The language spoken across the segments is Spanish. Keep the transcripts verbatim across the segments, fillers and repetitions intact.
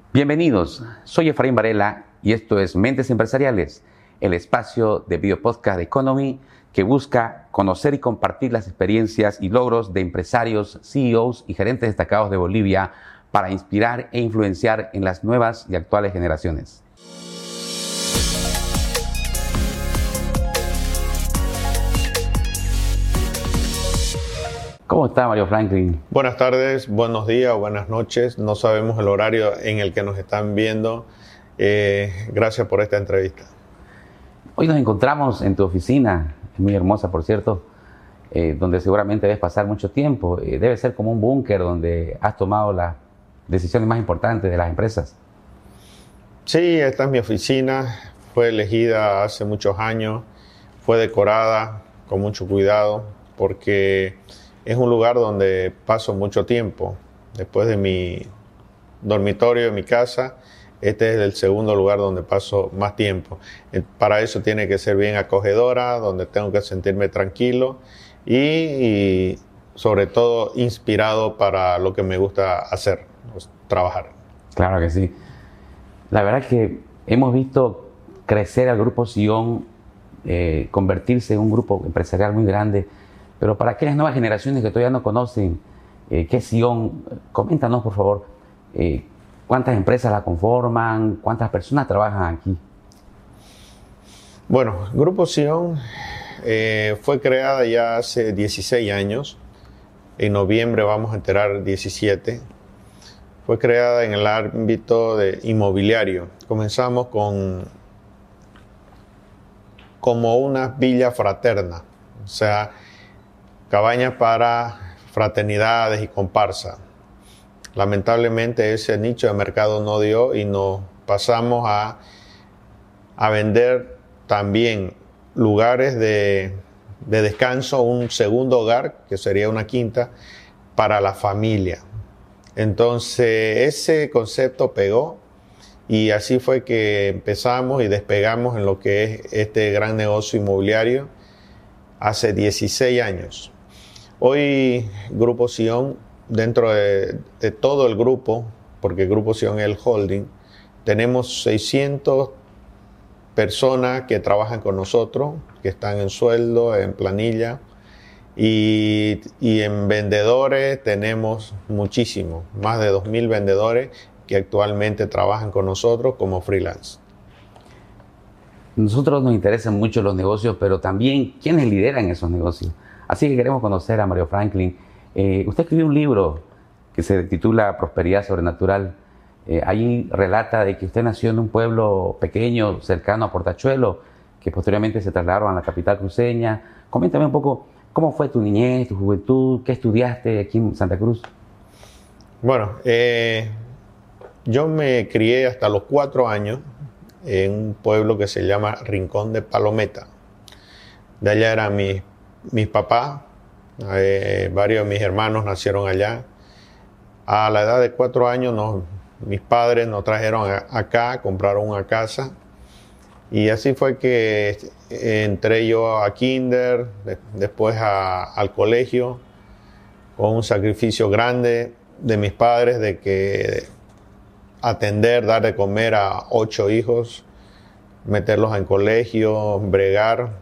Bienvenidos, soy Efraín Varela y esto es Mentes Empresariales, el espacio de video podcast de Economy que busca conocer y compartir las experiencias y logros de empresarios, C E Os y gerentes destacados de Bolivia para inspirar e influenciar en las nuevas y actuales generaciones. ¿Cómo está, Mario Franklin? Buenas tardes, buenos días o buenas noches. No sabemos el horario en el que nos están viendo. Eh, gracias por esta entrevista. Hoy nos encontramos en tu oficina, muy hermosa por cierto, eh, donde seguramente debes pasar mucho tiempo. Eh, debe ser como un búnker donde has tomado las decisiones más importantes de las empresas. Sí, esta es mi oficina. Fue elegida hace muchos años. Fue decorada con mucho cuidado porque es un lugar donde paso mucho tiempo. Después de mi dormitorio, de mi casa, este es el segundo lugar donde paso más tiempo. Para eso tiene que ser bien acogedora, donde tengo que sentirme tranquilo y, y sobre todo inspirado para lo que me gusta hacer, pues, trabajar. Claro que sí. La verdad es que hemos visto crecer al Grupo Sion, eh, convertirse en un grupo empresarial muy grande. Pero para aquellas nuevas generaciones que todavía no conocen eh, qué es Sion, coméntanos por favor, eh, ¿cuántas empresas la conforman? ¿Cuántas personas trabajan aquí? Bueno, Grupo Sion eh, fue creada ya hace dieciséis años. En noviembre vamos a enterar diecisiete. Fue creada en el ámbito de inmobiliario. Comenzamos con como una villa fraterna, o sea, cabañas para fraternidades y comparsa. Lamentablemente ese nicho de mercado no dio y nos pasamos a, a vender también lugares de, de descanso, un segundo hogar, que sería una quinta, para la familia. Entonces ese concepto pegó y así fue que empezamos y despegamos en lo que es este gran negocio inmobiliario hace dieciséis años. Hoy Grupo Sion, dentro de, de todo el grupo, porque Grupo Sion es el holding, tenemos seiscientas personas que trabajan con nosotros, que están en sueldo, en planilla, y, y en vendedores tenemos muchísimos, más de dos mil vendedores que actualmente trabajan con nosotros como freelance. Nosotros nos interesan mucho los negocios, pero también quiénes lideran esos negocios. Así que queremos conocer a Mario Franklin. Eh, usted escribió un libro que se titula Prosperidad Sobrenatural. Eh, ahí relata de que usted nació en un pueblo pequeño, cercano a Portachuelo, que posteriormente se trasladaron a la capital cruceña. Coméntame un poco cómo fue tu niñez, tu juventud, qué estudiaste aquí en Santa Cruz. Bueno, eh, yo me crié hasta los cuatro años en un pueblo que se llama Rincón de Palometa. De allá eran mis, mis papás, eh, varios de mis hermanos nacieron allá. A la edad de cuatro años nos, mis padres nos trajeron a, acá, compraron una casa y así fue que entré yo a kinder, de, después a, al colegio, con un sacrificio grande de mis padres de que atender, dar de comer a ocho hijos, meterlos en colegio, bregar.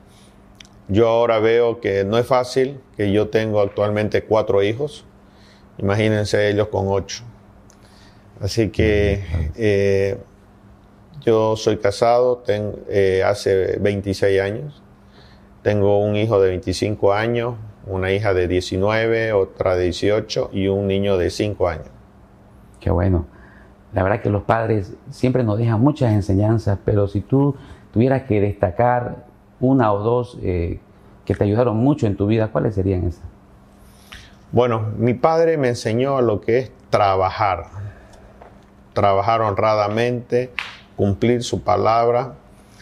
Yo ahora veo que no es fácil, que yo tengo actualmente cuatro hijos. Imagínense ellos con ocho. Así que eh, yo soy casado ten, eh, hace veintiséis años. Tengo un hijo de veinticinco años, una hija de diecinueve, otra de dieciocho y un niño de cinco años. Qué bueno. La verdad que los padres siempre nos dejan muchas enseñanzas, pero si tú tuvieras que destacar una o dos eh, que te ayudaron mucho en tu vida, ¿cuáles serían esas? Bueno, mi padre me enseñó lo que es trabajar. Trabajar honradamente, cumplir su palabra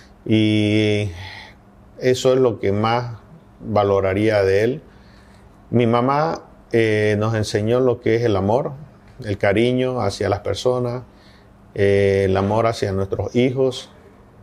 y eso es lo que más valoraría de él. Mi mamá eh, nos enseñó lo que es el amor, el cariño hacia las personas, eh, el amor hacia nuestros hijos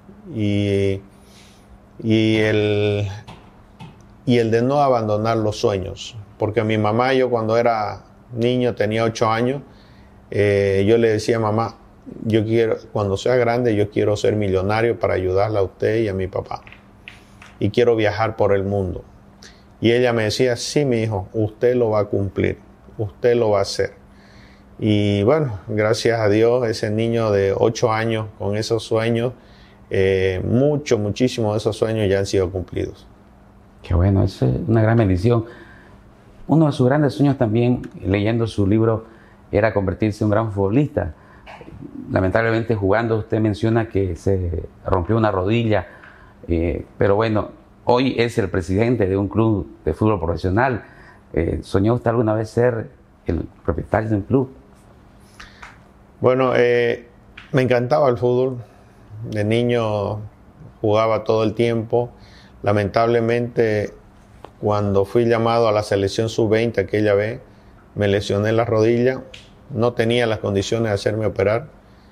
y, y, el, y el de no abandonar los sueños. Porque mi mamá, yo cuando era niño, tenía ocho años, eh, yo le decía a mamá, yo quiero, cuando sea grande, yo quiero ser millonario para ayudarle a usted y a mi papá. Y quiero viajar por el mundo. Y ella me decía, sí, mi hijo, usted lo va a cumplir, usted lo va a hacer. Y bueno, gracias a Dios, ese niño de ocho años con esos sueños, eh, mucho, muchísimos de esos sueños ya han sido cumplidos. Qué bueno, eso es una gran bendición. Uno de sus grandes sueños también, leyendo su libro, era convertirse en un gran futbolista. Lamentablemente jugando, usted menciona que se rompió una rodilla, eh, pero bueno, hoy es el presidente de un club de fútbol profesional. Eh, ¿Soñó usted alguna vez ser el propietario de un club? Bueno, eh, me encantaba el fútbol. De niño jugaba todo el tiempo. Lamentablemente, cuando fui llamado a la selección sub veinte aquella vez, me lesioné la rodilla. No tenía las condiciones de hacerme operar.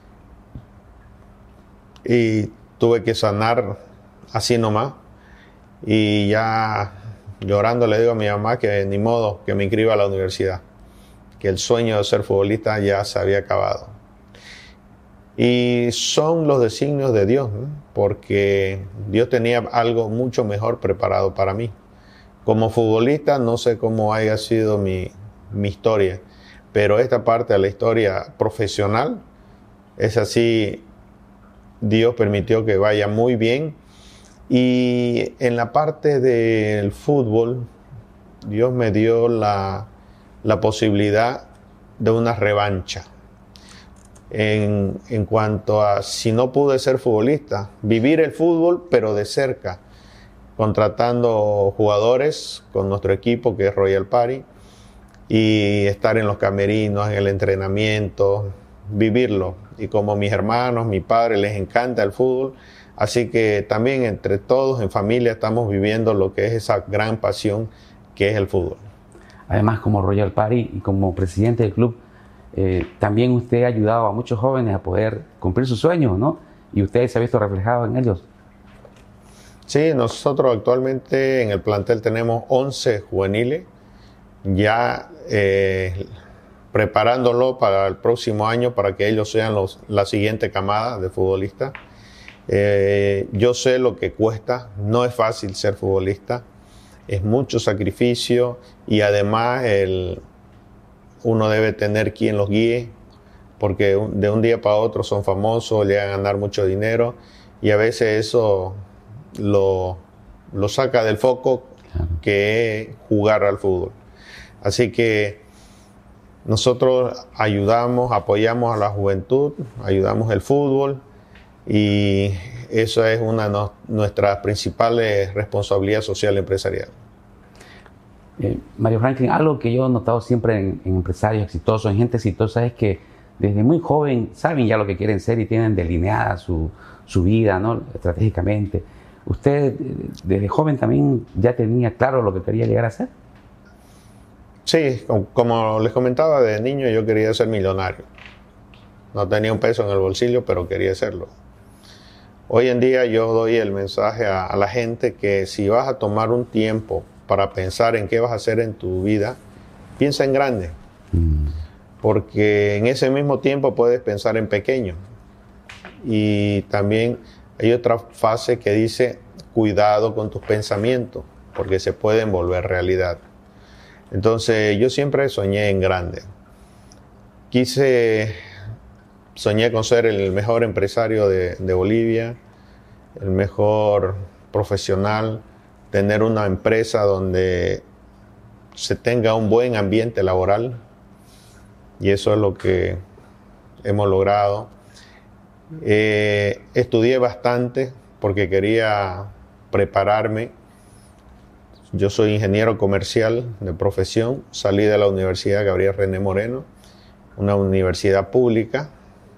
Y tuve que sanar así nomás. Y ya llorando le digo a mi mamá que ni modo que me inscriba a la universidad. Que el sueño de ser futbolista ya se había acabado. Y son los designios de Dios, ¿no? Porque Dios tenía algo mucho mejor preparado para mí. Como futbolista no sé cómo haya sido mi, mi historia, pero esta parte de la historia profesional es así, Dios permitió que vaya muy bien. Y en la parte del fútbol, Dios me dio la, la posibilidad de una revancha. En, en cuanto a si no pude ser futbolista, vivir el fútbol pero de cerca, contratando jugadores con nuestro equipo que es Royal Party y estar en los camerinos, en el entrenamiento, vivirlo. Y como mis hermanos, mi padre les encanta el fútbol, así que también entre todos en familia estamos viviendo lo que es esa gran pasión que es el fútbol. Además, como Royal Party y como presidente del club, Eh, también usted ha ayudado a muchos jóvenes a poder cumplir sus sueños, ¿no? Y usted se ha visto reflejado en ellos. Sí, nosotros actualmente en el plantel tenemos once juveniles, ya eh, preparándolo para el próximo año para que ellos sean los, la siguiente camada de futbolistas. Eh, yo sé lo que cuesta, no es fácil ser futbolista, es mucho sacrificio y además el... uno debe tener quien los guíe, porque de un día para otro son famosos, llegan a ganar mucho dinero y a veces eso lo, lo saca del foco que es jugar al fútbol. Así que nosotros ayudamos, apoyamos a la juventud, ayudamos el fútbol y eso es una de nuestras principales responsabilidades social y empresarial. Eh, Mario Franklin, algo que yo he notado siempre en, en empresarios exitosos, en gente exitosa, es que desde muy joven saben ya lo que quieren ser y tienen delineada su, su vida, ¿no? Estratégicamente. ¿Usted desde joven también ya tenía claro lo que quería llegar a ser? Sí, como les comentaba, de niño yo quería ser millonario. No tenía un peso en el bolsillo, pero quería serlo. Hoy en día yo doy el mensaje a, a la gente que si vas a tomar un tiempo para pensar en qué vas a hacer en tu vida, piensa en grande. Mm. Porque en ese mismo tiempo puedes pensar en pequeño. Y también hay otra fase que dice, cuidado con tus pensamientos, porque se pueden volver realidad. Entonces yo siempre soñé en grande. Quise, soñé con ser el mejor empresario de, de Bolivia, el mejor profesional, tener una empresa donde se tenga un buen ambiente laboral y eso es lo que hemos logrado. Eh, estudié bastante porque quería prepararme. Yo soy ingeniero comercial de profesión, salí de la Universidad Gabriel René Moreno, una universidad pública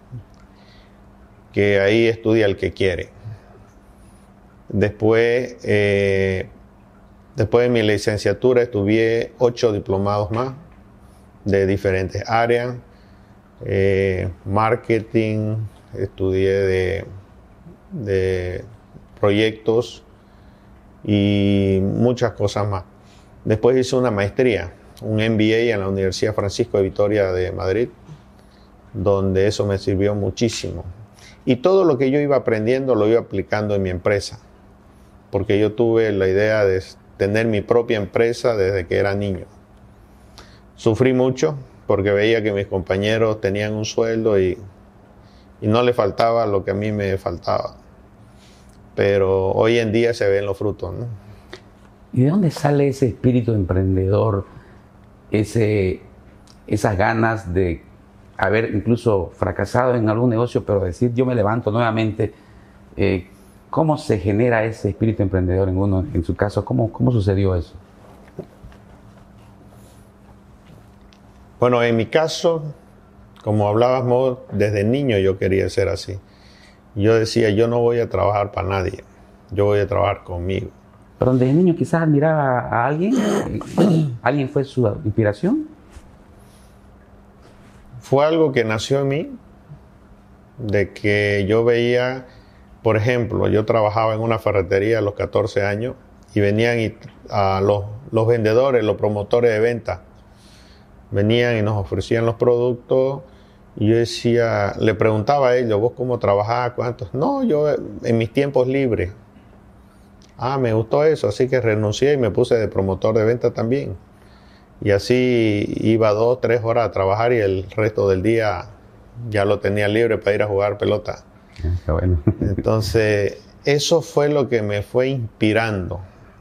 que ahí estudia el que quiere. Después, eh, después de mi licenciatura estudié ocho diplomados más de diferentes áreas, eh, marketing, estudié de, de proyectos y muchas cosas más. Después hice una maestría, un M B A en la Universidad Francisco de Vitoria de Madrid. donde eso me sirvió muchísimo. Y todo lo que yo iba aprendiendo lo iba aplicando en mi empresa, porque yo tuve la idea de tener mi propia empresa desde que era niño. Sufrí mucho porque veía que mis compañeros tenían un sueldo y, y no les faltaba lo que a mí me faltaba. Pero hoy en día se ven los frutos, ¿no? ¿Y de dónde sale ese espíritu emprendedor, ese, esas ganas de haber incluso fracasado en algún negocio, pero decir yo me levanto nuevamente? Eh, ¿Cómo se genera ese espíritu emprendedor en uno, en su caso? ¿Cómo, cómo sucedió eso? Bueno, en mi caso, como hablábamos, desde niño yo quería ser así. Yo decía, yo no voy a trabajar para nadie, yo voy a trabajar conmigo. Pero desde niño quizás admiraba a alguien, ¿alguien fue su inspiración? Fue algo que nació en mí, de que yo veía, por ejemplo, yo trabajaba en una ferretería a los catorce años y venían y, a los, los vendedores, los promotores de venta, venían y nos ofrecían los productos y yo decía, le preguntaba a ellos, ¿vos cómo trabajás? ¿Cuántos? No, yo en mis tiempos libres. Ah, me gustó eso, así que renuncié y me puse de promotor de venta también. Y así iba dos, tres horas a trabajar y el resto del día ya lo tenía libre para ir a jugar pelota. Qué bueno. Entonces, eso fue lo que me fue inspirando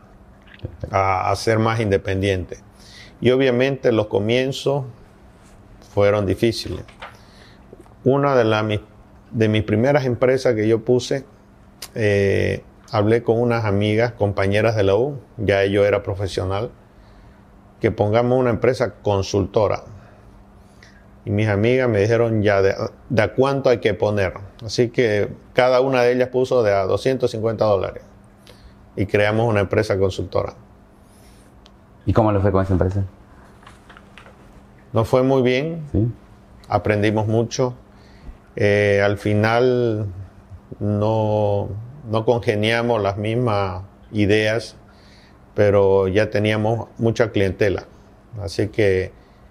a, a ser más independiente. Y obviamente los comienzos fueron difíciles. Una de, la, de mis primeras empresas que yo puse, eh, hablé con unas amigas, compañeras de la U, ya yo era profesional, que pongamos una empresa consultora. Y mis amigas me dijeron ya de, de a cuánto hay que poner. Así que cada una de ellas puso de a doscientos cincuenta dólares. Y creamos una empresa consultora. ¿Y cómo le fue con esa empresa? Nos fue muy bien. ¿Sí? Aprendimos mucho. Eh, al final no, no congeniamos las mismas ideas, pero ya teníamos mucha clientela. Así que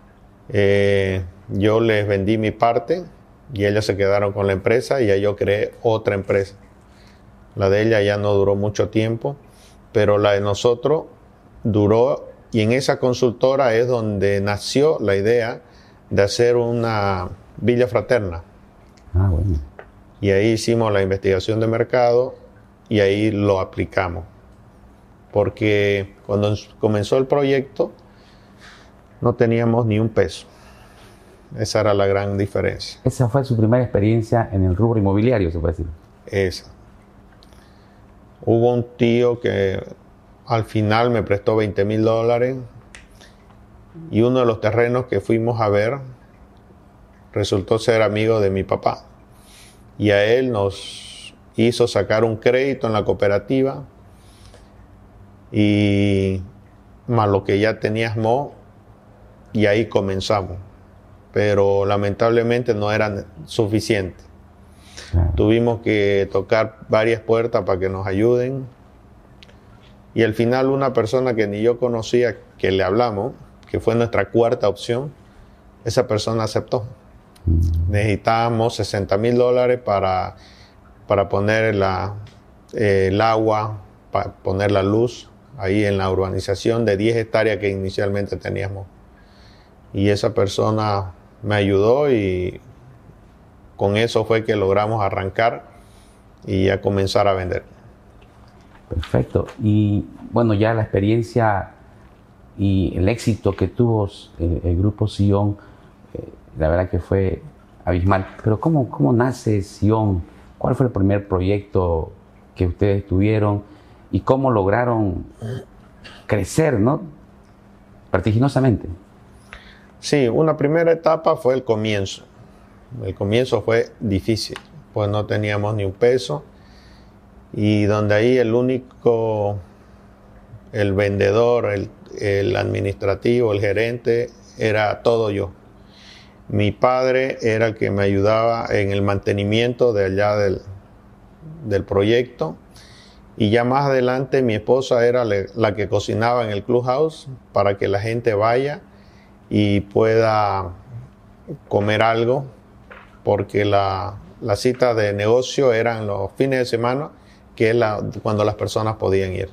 eh, yo les vendí mi parte y ellas se quedaron con la empresa y ya yo creé otra empresa. La de ella ya no duró mucho tiempo, pero la de nosotros duró, y en esa consultora es donde nació la idea de hacer una villa fraterna. Ah, bueno. Y ahí hicimos la investigación de mercado y ahí lo aplicamos. Porque cuando comenzó el proyecto no teníamos ni un peso. Esa era la gran diferencia. Esa fue su primera experiencia en el rubro inmobiliario, se puede decir. Esa. Hubo un tío que al final me prestó veinte mil dólares y uno de los terrenos que fuimos a ver resultó ser amigo de mi papá. Y a él nos hizo sacar un crédito en la cooperativa y más lo que ya teníamos, y ahí comenzamos. Pero lamentablemente no era suficiente. Claro. Tuvimos que tocar varias puertas para que nos ayuden. Y al final una persona que ni yo conocía, que le hablamos, que fue nuestra cuarta opción, esa persona aceptó. Mm. Necesitábamos sesenta mil dólares para, para poner la, eh, el agua, para poner la luz ahí en la urbanización de diez hectáreas que inicialmente teníamos. Y esa persona me ayudó y con eso fue que logramos arrancar y a comenzar a vender. Perfecto. Y bueno, ya la experiencia y el éxito que tuvo el, el grupo Sion, eh, la verdad que fue abismal. Pero ¿cómo, cómo nace Sion? ¿Cuál fue el primer proyecto que ustedes tuvieron? ¿Y cómo lograron crecer, ¿no? Vertiginosamente. Sí, una primera etapa fue el comienzo. El comienzo fue difícil, pues no teníamos ni un peso. Y donde ahí el único, el vendedor, el, el administrativo, el gerente, era todo yo. Mi padre era el que me ayudaba en el mantenimiento de allá del, del proyecto. Y ya más adelante mi esposa era le, la que cocinaba en el clubhouse para que la gente vaya y pueda comer algo porque la, la cita de negocio eran los fines de semana, que es la, cuando las personas podían ir.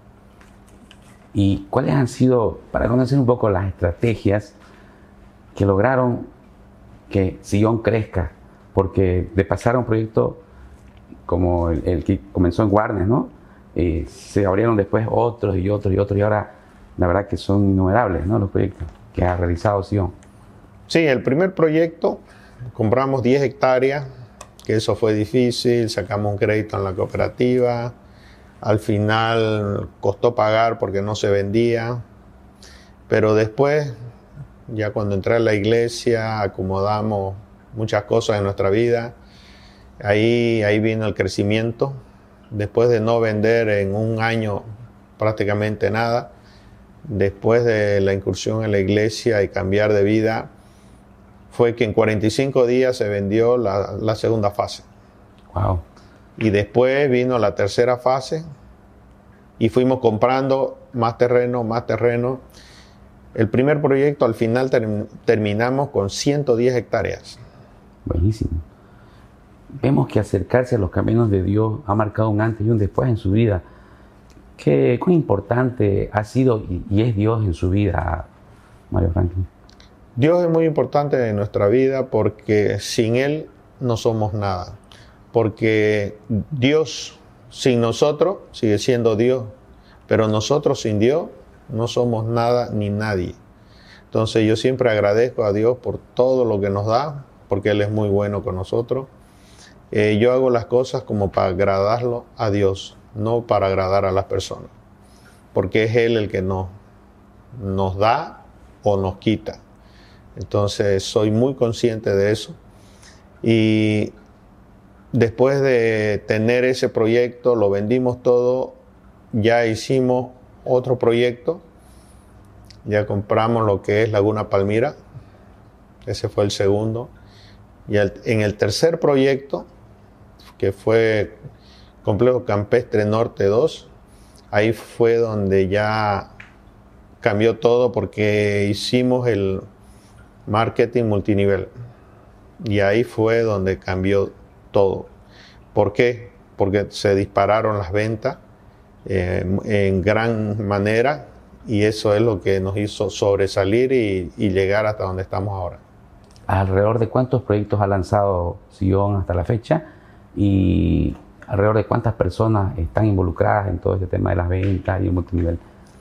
¿Y cuáles han sido, para conocer un poco las estrategias que lograron que Sion crezca? Porque de pasar a un proyecto como el, el que comenzó en Warnes, ¿no? Eh, se abrieron después otros y otros y otros, y ahora la verdad que son innumerables, ¿no?, los proyectos que ha realizado Sion. Sí, el primer proyecto compramos diez hectáreas, que eso fue difícil, sacamos un crédito en la cooperativa, al final costó pagar porque no se vendía, pero después, ya cuando entré a la iglesia, acomodamos muchas cosas en nuestra vida, ahí, ahí vino el crecimiento. Después de no vender en un año prácticamente nada, después de la incursión en la iglesia y cambiar de vida, fue que en cuarenta y cinco días se vendió la, la segunda fase. Wow. Y después vino la tercera fase y fuimos comprando más terreno, más terreno. El primer proyecto al final ter- terminamos con ciento diez hectáreas. Buenísimo. Vemos que acercarse a los caminos de Dios ha marcado un antes y un después en su vida. ¿Qué, cuán importante ha sido y, y es Dios en su vida, Mario Franklin? Dios es muy importante en nuestra vida porque sin Él no somos nada. Porque Dios sin nosotros sigue siendo Dios, pero nosotros sin Dios no somos nada ni nadie. Entonces yo siempre agradezco a Dios por todo lo que nos da, porque Él es muy bueno con nosotros. Eh, yo hago las cosas como para agradarlo a Dios, no para agradar a las personas, porque es Él el que nos, nos da o nos quita. Entonces soy muy consciente de eso. Y después de tener ese proyecto, lo vendimos todo, ya hicimos otro proyecto, ya compramos lo que es Laguna Palmira, ese fue el segundo. Y el, en el tercer proyecto, que fue Complejo Campestre Norte dos, ahí fue donde ya cambió todo porque hicimos el marketing multinivel. Y ahí fue donde cambió todo. ¿Por qué? Porque se dispararon las ventas eh, en gran manera y eso es lo que nos hizo sobresalir y, y llegar hasta donde estamos ahora. ¿Alrededor de cuántos proyectos ha lanzado Sion hasta la fecha? Y alrededor de cuántas personas están involucradas en todo este tema de las ventas y el multinivel.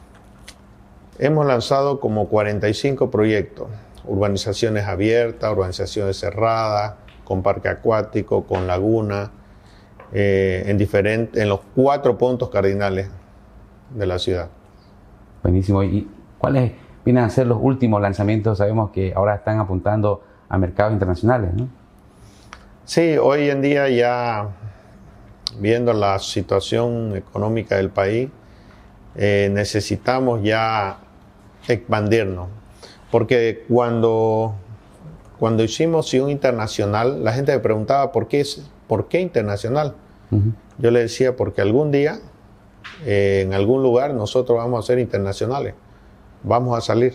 Hemos lanzado como cuarenta y cinco proyectos, urbanizaciones abiertas, urbanizaciones cerradas, con parque acuático, con laguna, eh, en, diferente, en los cuatro puntos cardinales de la ciudad. Buenísimo. ¿Y cuáles vienen a ser los últimos lanzamientos? Sabemos que ahora están apuntando a mercados internacionales, ¿no? Sí, hoy en día ya viendo la situación económica del país, eh, necesitamos ya expandirnos. Porque cuando, cuando hicimos Sion Internacional, la gente me preguntaba ¿por qué, por qué internacional? Uh-huh. Yo le decía porque algún día, eh, en algún lugar, nosotros vamos a ser internacionales. Vamos a salir.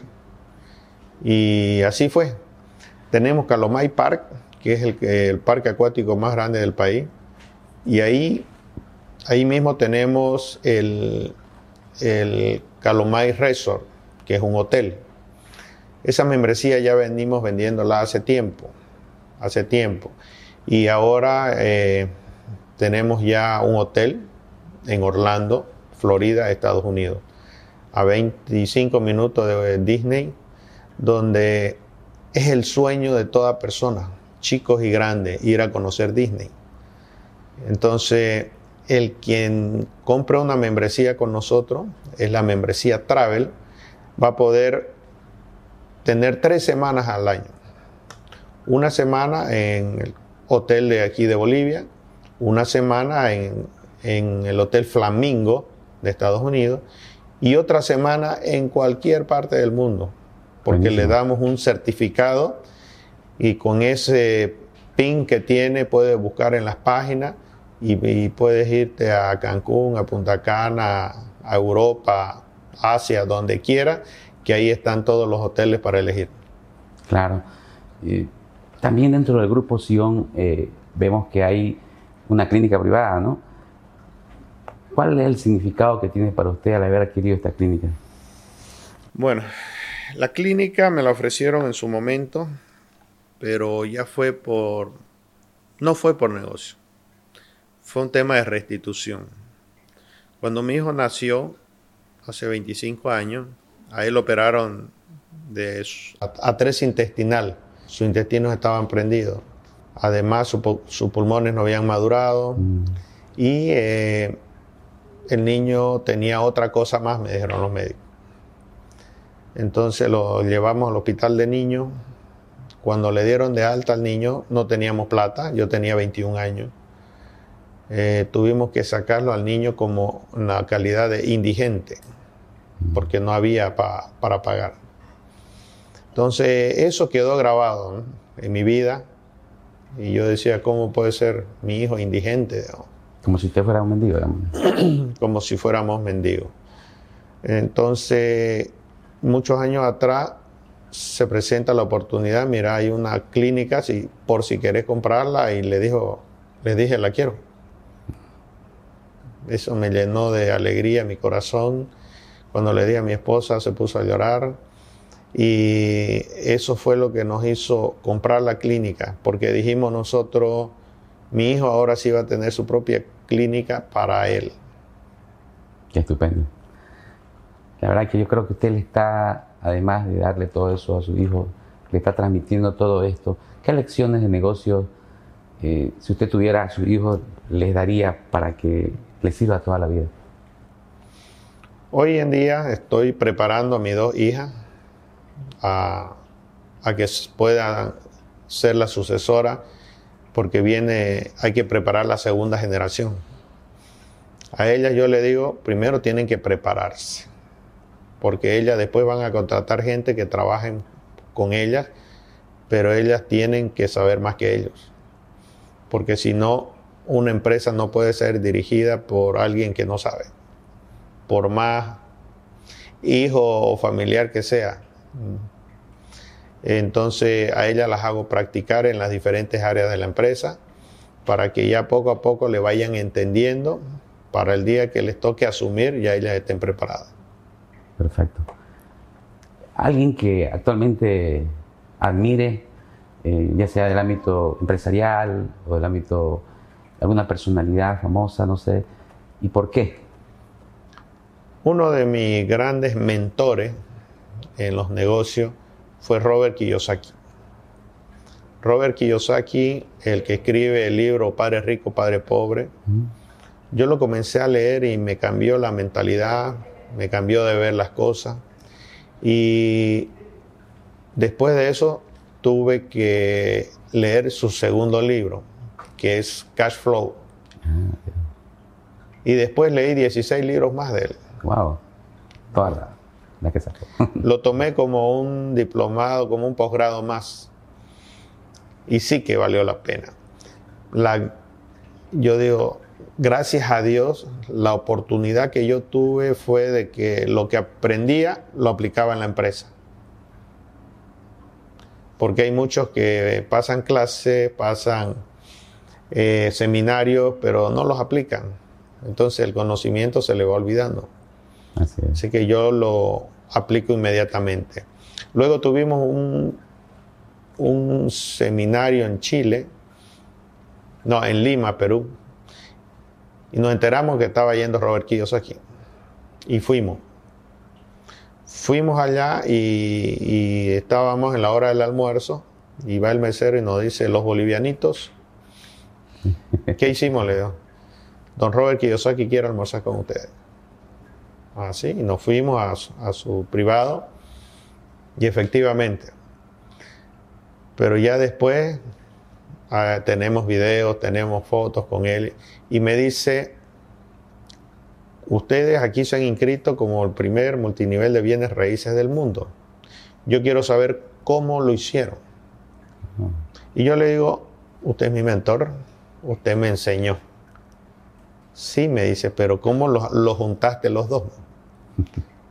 Y así fue. Tenemos Calomay Park, que es el, el parque acuático más grande del país. Y ahí, ahí mismo tenemos el, el Calomay Resort, que es un hotel. Esa membresía ya venimos vendiéndola hace tiempo, hace tiempo. Y ahora eh, tenemos ya un hotel en Orlando, Florida, Estados Unidos, a veinticinco minutos de Disney, donde es el sueño de toda persona, chicos y grandes, ir a conocer Disney. Entonces, el quien compra una membresía con nosotros, es la membresía Travel, va a poder tener tres semanas al año. Una semana en el hotel de aquí de Bolivia, una semana en, en el Hotel Flamingo de Estados Unidos y otra semana en cualquier parte del mundo, porque Buenísimo. Le damos un certificado y con ese pin que tiene puedes buscar en las páginas y, y puedes irte a Cancún, a Punta Cana, a Europa, Asia, donde quiera, que ahí están todos los hoteles para elegir. Claro. Y También dentro del Grupo Sion eh, vemos que hay una clínica privada, ¿no? ¿Cuál es el significado que tiene para usted al haber adquirido esta clínica? Bueno, la clínica me la ofrecieron en su momento, pero ya fue por... no fue por negocio. Fue un tema de restitución. Cuando mi hijo nació, hace veinticinco años, a él operaron de a, a tres intestinal. Sus intestinos estaban prendidos. Además, su, sus pulmones no habían madurado. Mm. Y eh, el niño tenía otra cosa más, me dijeron los médicos. Entonces lo llevamos al hospital de niños. Cuando le dieron de alta al niño, no teníamos plata. Yo tenía veintiún años. Eh, tuvimos que sacarlo al niño como una calidad de indigente, porque no había pa, para pagar. Entonces eso quedó grabado, ¿no?, en mi vida, y yo decía, ¿cómo puede ser mi hijo indigente? Como si usted fuera un mendigo, ¿no? Como si fuéramos mendigos. Entonces, muchos años atrás se presenta la oportunidad, mira, hay una clínica, si, por si querés comprarla, y le dijo, le dije, la quiero. Eso me llenó de alegría mi corazón. Cuando le di a mi esposa, se puso a llorar. Y eso fue lo que nos hizo comprar la clínica, porque dijimos nosotros, mi hijo ahora sí va a tener su propia clínica para él. Qué estupendo. La verdad que yo creo que usted le está, además de darle todo eso a su hijo, le está transmitiendo todo esto. ¿Qué lecciones de negocio, eh, si usted tuviera a su hijo, les daría para que le sirva toda la vida? Hoy en día estoy preparando a mis dos hijas a, a que puedan ser la sucesora, porque viene, hay que preparar la segunda generación. A ellas yo le digo, primero tienen que prepararse, porque ellas después van a contratar gente que trabajen con ellas, pero ellas tienen que saber más que ellos, porque si no, una empresa no puede ser dirigida por alguien que no sabe, por más hijo o familiar que sea. Entonces a ellas las hago practicar en las diferentes áreas de la empresa para que ya poco a poco le vayan entendiendo, para el día que les toque asumir ya ellas estén preparadas. Perfecto. Alguien que actualmente admire, eh, ya sea del ámbito empresarial o del ámbito de alguna personalidad famosa, no sé, ¿y por qué? Uno de mis grandes mentores en los negocios fue Robert Kiyosaki. Robert Kiyosaki, el que escribe el libro Padre Rico, Padre Pobre, mm. yo lo comencé a leer y me cambió la mentalidad, me cambió de ver las cosas. Y después de eso tuve que leer su segundo libro, que es Cash Flow. Ah, okay. Y después leí dieciséis libros más de él. Wow, toda la, la que sacó. Lo tomé como un diplomado, como un posgrado más. Y sí que valió la pena. La, yo digo, gracias a Dios, la oportunidad que yo tuve fue de que lo que aprendía lo aplicaba en la empresa. Porque hay muchos que pasan clases, pasan eh, seminarios, pero no los aplican. Entonces el conocimiento se le va olvidando. Así es. Así que yo lo aplico inmediatamente. Luego tuvimos un, un seminario en Chile, no, en Lima, Perú, y nos enteramos que estaba yendo Robert Kiyosaki. Y fuimos. Fuimos allá y, y estábamos en la hora del almuerzo, y va el mesero y nos dice, los bolivianitos, ¿qué hicimos? Le digo, don Robert Kiyosaki quiere almorzar con ustedes. Así, y nos fuimos a, a su privado, y efectivamente. Pero ya después uh, tenemos videos, tenemos fotos con él, y me dice, ustedes aquí se han inscrito como el primer multinivel de bienes raíces del mundo. Yo quiero saber cómo lo hicieron. Uh-huh. Y yo le digo, usted es mi mentor, usted me enseñó. Sí, me dice, pero ¿cómo lo, lo juntaste los dos?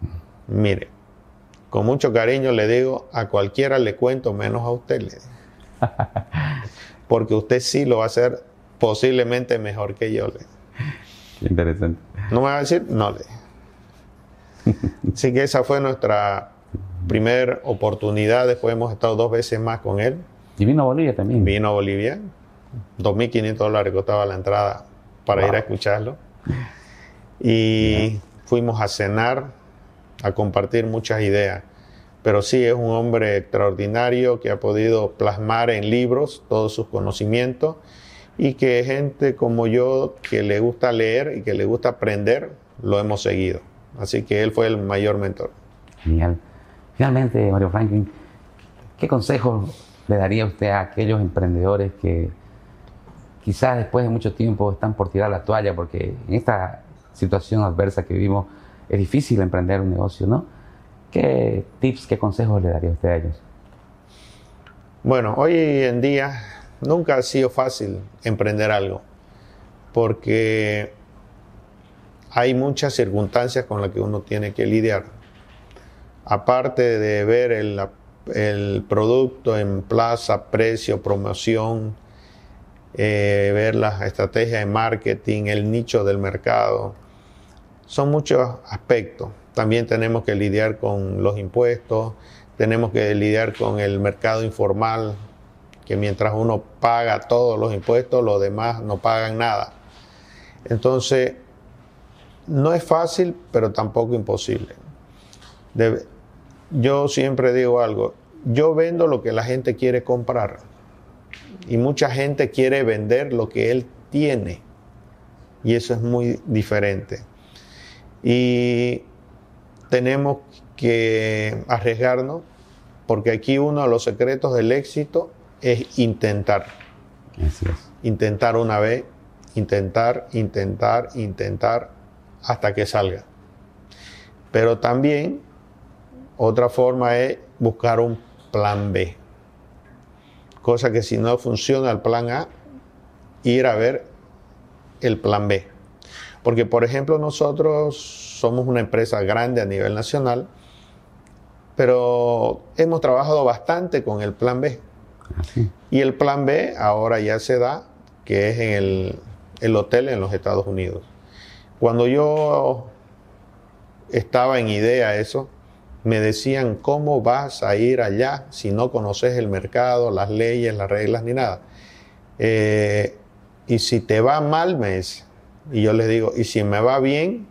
Mire, con mucho cariño le digo, a cualquiera le cuento menos a usted. Le digo. Porque usted sí lo va a hacer posiblemente mejor que yo. Le. Qué interesante. ¿No me va a decir? No le. Así que esa fue nuestra primera oportunidad. Después hemos estado dos veces más con él. ¿Y vino a Bolivia también? Vino a Bolivia. dos mil quinientos dólares costaba la entrada para wow. ir a escucharlo. Y yeah. fuimos a cenar, a compartir muchas ideas. Pero sí es un hombre extraordinario que ha podido plasmar en libros todos sus conocimientos y que gente como yo que le gusta leer y que le gusta aprender, lo hemos seguido. Así que él fue el mayor mentor. Genial. Finalmente, Mario Franklin, ¿qué consejos le daría usted a aquellos emprendedores que quizás después de mucho tiempo están por tirar la toalla? Porque en esta situación adversa que vivimos es difícil emprender un negocio, ¿no? ¿Qué tips, qué consejos le daría usted a ellos? Bueno, hoy en día nunca ha sido fácil emprender algo, porque hay muchas circunstancias con las que uno tiene que lidiar. Aparte de ver el, el producto en plaza, precio, promoción, eh, ver las estrategias de marketing, el nicho del mercado, son muchos aspectos. También tenemos que lidiar con los impuestos, tenemos que lidiar con el mercado informal, que mientras uno paga todos los impuestos, los demás no pagan nada. Entonces, no es fácil, pero tampoco imposible. Debe, yo siempre digo algo, yo vendo lo que la gente quiere comprar y mucha gente quiere vender lo que él tiene y eso es muy diferente. Y tenemos que arriesgarnos porque aquí uno de los secretos del éxito es intentar. Así es. Intentar una vez, intentar, intentar, intentar hasta que salga. Pero también otra forma es buscar un plan B. Cosa que si no funciona el plan A, ir a ver el plan B. Porque, por ejemplo, nosotros somos una empresa grande a nivel nacional, pero hemos trabajado bastante con el plan B. Así. Y el plan B ahora ya se da, que es en el, el hotel en los Estados Unidos. Cuando yo estaba en idea eso, me decían, ¿cómo vas a ir allá si no conoces el mercado, las leyes, las reglas ni nada? Eh, y si te va mal, me dice. Y yo les digo, ¿y si me va bien?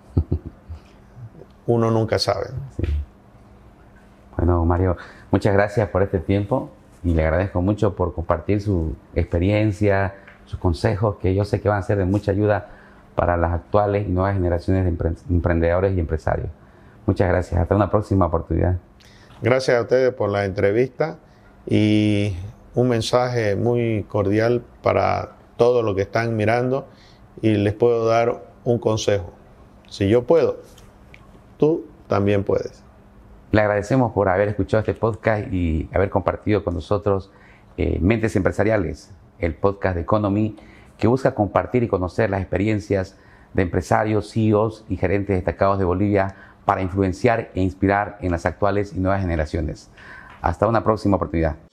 Uno nunca sabe. Sí. Bueno, Mario, muchas gracias por este tiempo y le agradezco mucho por compartir su experiencia, sus consejos, que yo sé que van a ser de mucha ayuda para las actuales y nuevas generaciones de empre- emprendedores y empresarios. Muchas gracias. Hasta una próxima oportunidad. Gracias a ustedes por la entrevista y un mensaje muy cordial para todos los que están mirando y les puedo dar un consejo. Si yo puedo, tú también puedes. Le agradecemos por haber escuchado este podcast y haber compartido con nosotros eh, Mentes Empresariales, el podcast de Economy que busca compartir y conocer las experiencias de empresarios, C E Os y gerentes destacados de Bolivia para influenciar e inspirar en las actuales y nuevas generaciones. Hasta una próxima oportunidad.